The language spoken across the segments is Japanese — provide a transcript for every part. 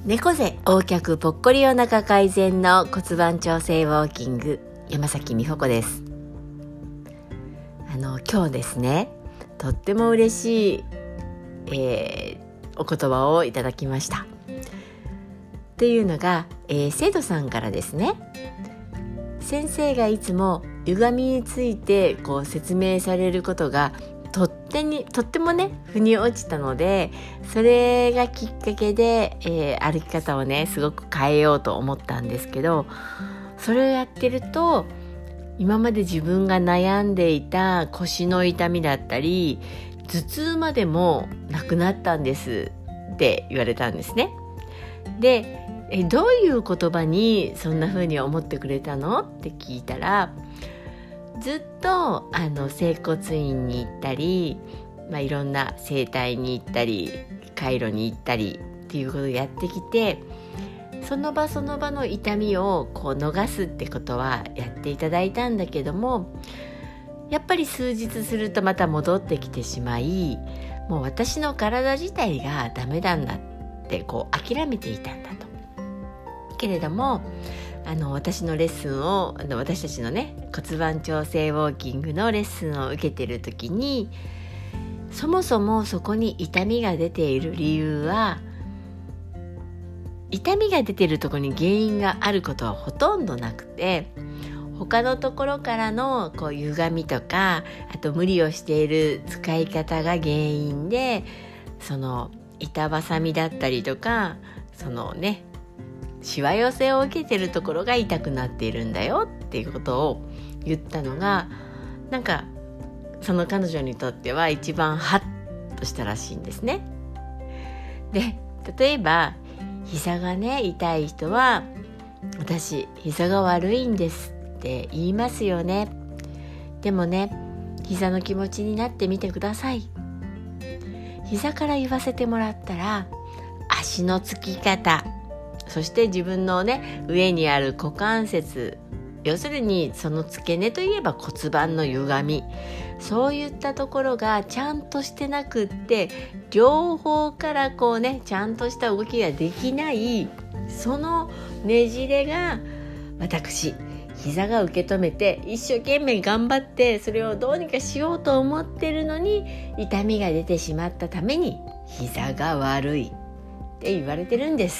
猫背横脚ぽっこりお腹改善の骨盤調整ウォーキング、山崎美穂子です。今日ですね、とっても嬉しい、お言葉をいただきました。っていうのが、生徒さんからですね、先生がいつも歪みについて説明されることがとってもね腑に落ちたので、それがきっかけで、歩き方をねすごく変えようと思ったんですけど、それをやってると今まで自分が悩んでいた腰の痛みだったり頭痛までもなくなったんですって言われたんですね。で、どういう言葉にそんな風に思ってくれたのって聞いたら、ずっと整骨院に行ったり、いろんな整体に行ったりカイロに行ったりっていうことをやってきて、その場その場の痛みを逃すってことはやっていただいたんだけども、やっぱり数日するとまた戻ってきてしまい、もう私の体自体がダメなんだって諦めていたんだと。けれども私のレッスンを私たちのね骨盤調整ウォーキングのレッスンを受けている時に、そもそもそこに痛みが出ている理由は、痛みが出ているところに原因があることはほとんどなくて、他のところからの歪みとか、あと無理をしている使い方が原因で、その板挟みだったりとか、そのねしわ寄せを受けてるところが痛くなっているんだよっていうことを言ったのが、なんかその彼女にとっては一番ハッとしたらしいんですね。で、例えば膝がね痛い人は、私膝が悪いんですって言いますよね。でもね、膝の気持ちになってみてください。膝から言わせてもらったら、足のつき方、そして自分のね上にある股関節、要するにその付け根といえば骨盤の歪み、そういったところがちゃんとしてなくって、両方からちゃんとした動きができない、そのねじれが私膝が受け止めて一生懸命頑張ってそれをどうにかしようと思ってるのに、痛みが出てしまったために膝が悪いって言われてるんです。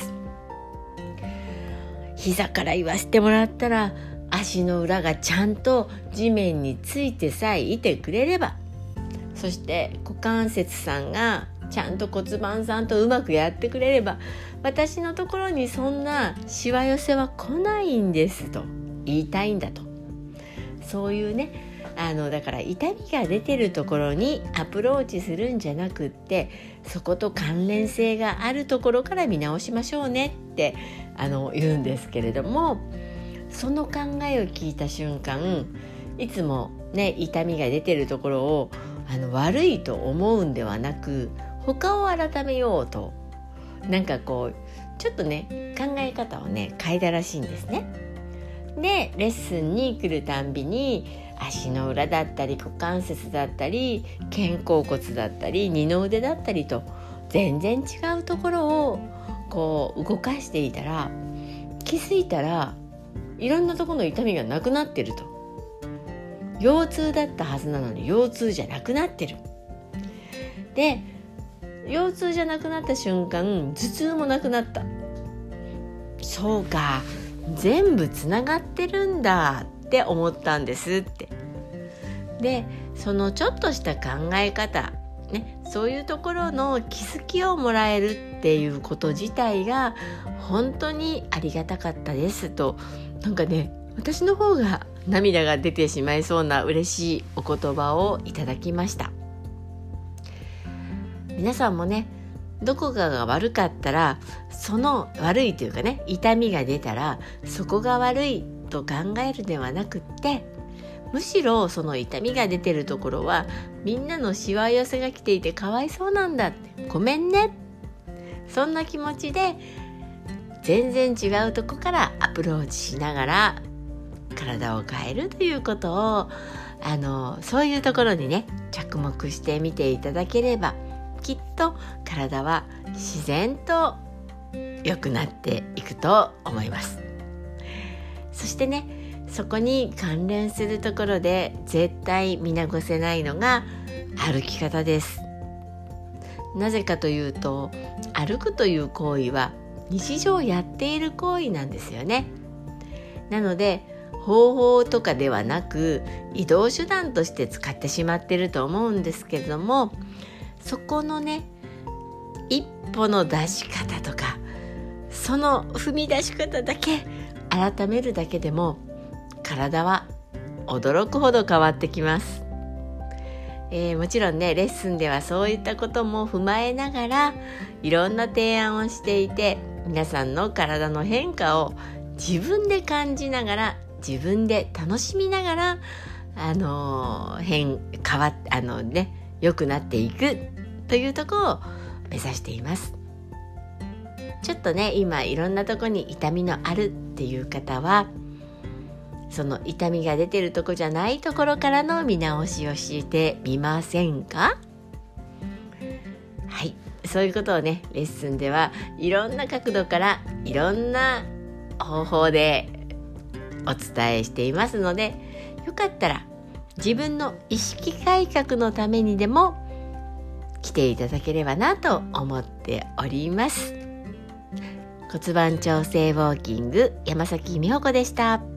膝から言わせてもらったら、足の裏がちゃんと地面についてさえいてくれれば、そして股関節さんがちゃんと骨盤さんとうまくやってくれれば、私のところにそんなしわ寄せは来ないんですと言いたいんだと。そういうねだから痛みが出てるところにアプローチするんじゃなくって、そこと関連性があるところから見直しましょうねって言うんですけれども、その考えを聞いた瞬間、いつもね痛みが出てるところを悪いと思うんではなく、他を改めようと、ちょっとね考え方をね変えたらしいんですね。で、レッスンに来るたんびに足の裏だったり股関節だったり肩甲骨だったり二の腕だったりと、全然違うところを動かしていたら、気づいたらいろんなところの痛みがなくなってると。腰痛だったはずなのに腰痛じゃなくなってる。で、腰痛じゃなくなった瞬間、頭痛もなくなった。そうか、全部つながってるんだって思ったんですって。で、そのちょっとした考え方ね、そういうところの気づきをもらえるっていうこと自体が本当にありがたかったですと、私の方が涙が出てしまいそうな嬉しいお言葉をいただきました。皆さんもね、どこかが悪かったら、その悪いというかね痛みが出たらそこが悪いと考えるではなくって、むしろその痛みが出てるところはみんなのしわ寄せが来ていてかわいそうなんだって、ごめんね、そんな気持ちで全然違うとこからアプローチしながら体を変えるということをそういうところにね着目してみていただければ、きっと体は自然と良くなっていくと思います。そしてね、そこに関連するところで絶対見逃せないのが歩き方です。なぜかというと、歩くという行為は日常やっている行為なんですよね。なので方法とかではなく移動手段として使ってしまっていると思うんですけれども、そこのね、一歩の出し方とか、その踏み出し方だけ改めるだけでも体は驚くほど変わってきます。もちろんね、レッスンではそういったことも踏まえながらいろんな提案をしていて、皆さんの体の変化を自分で感じながら、自分で楽しみながら良くなっていくというところを目指しています。ちょっとね、今いろんなところに痛みのあるっていう方は、その痛みが出てるとこじゃないところからの見直しをしてみませんか？はい、そういうことをね、レッスンではいろんな角度からいろんな方法でお伝えしていますので、よかったら自分の意識改革のためにでも来ていただければなと思っております。骨盤調整ウォーキング、山崎美穂子でした。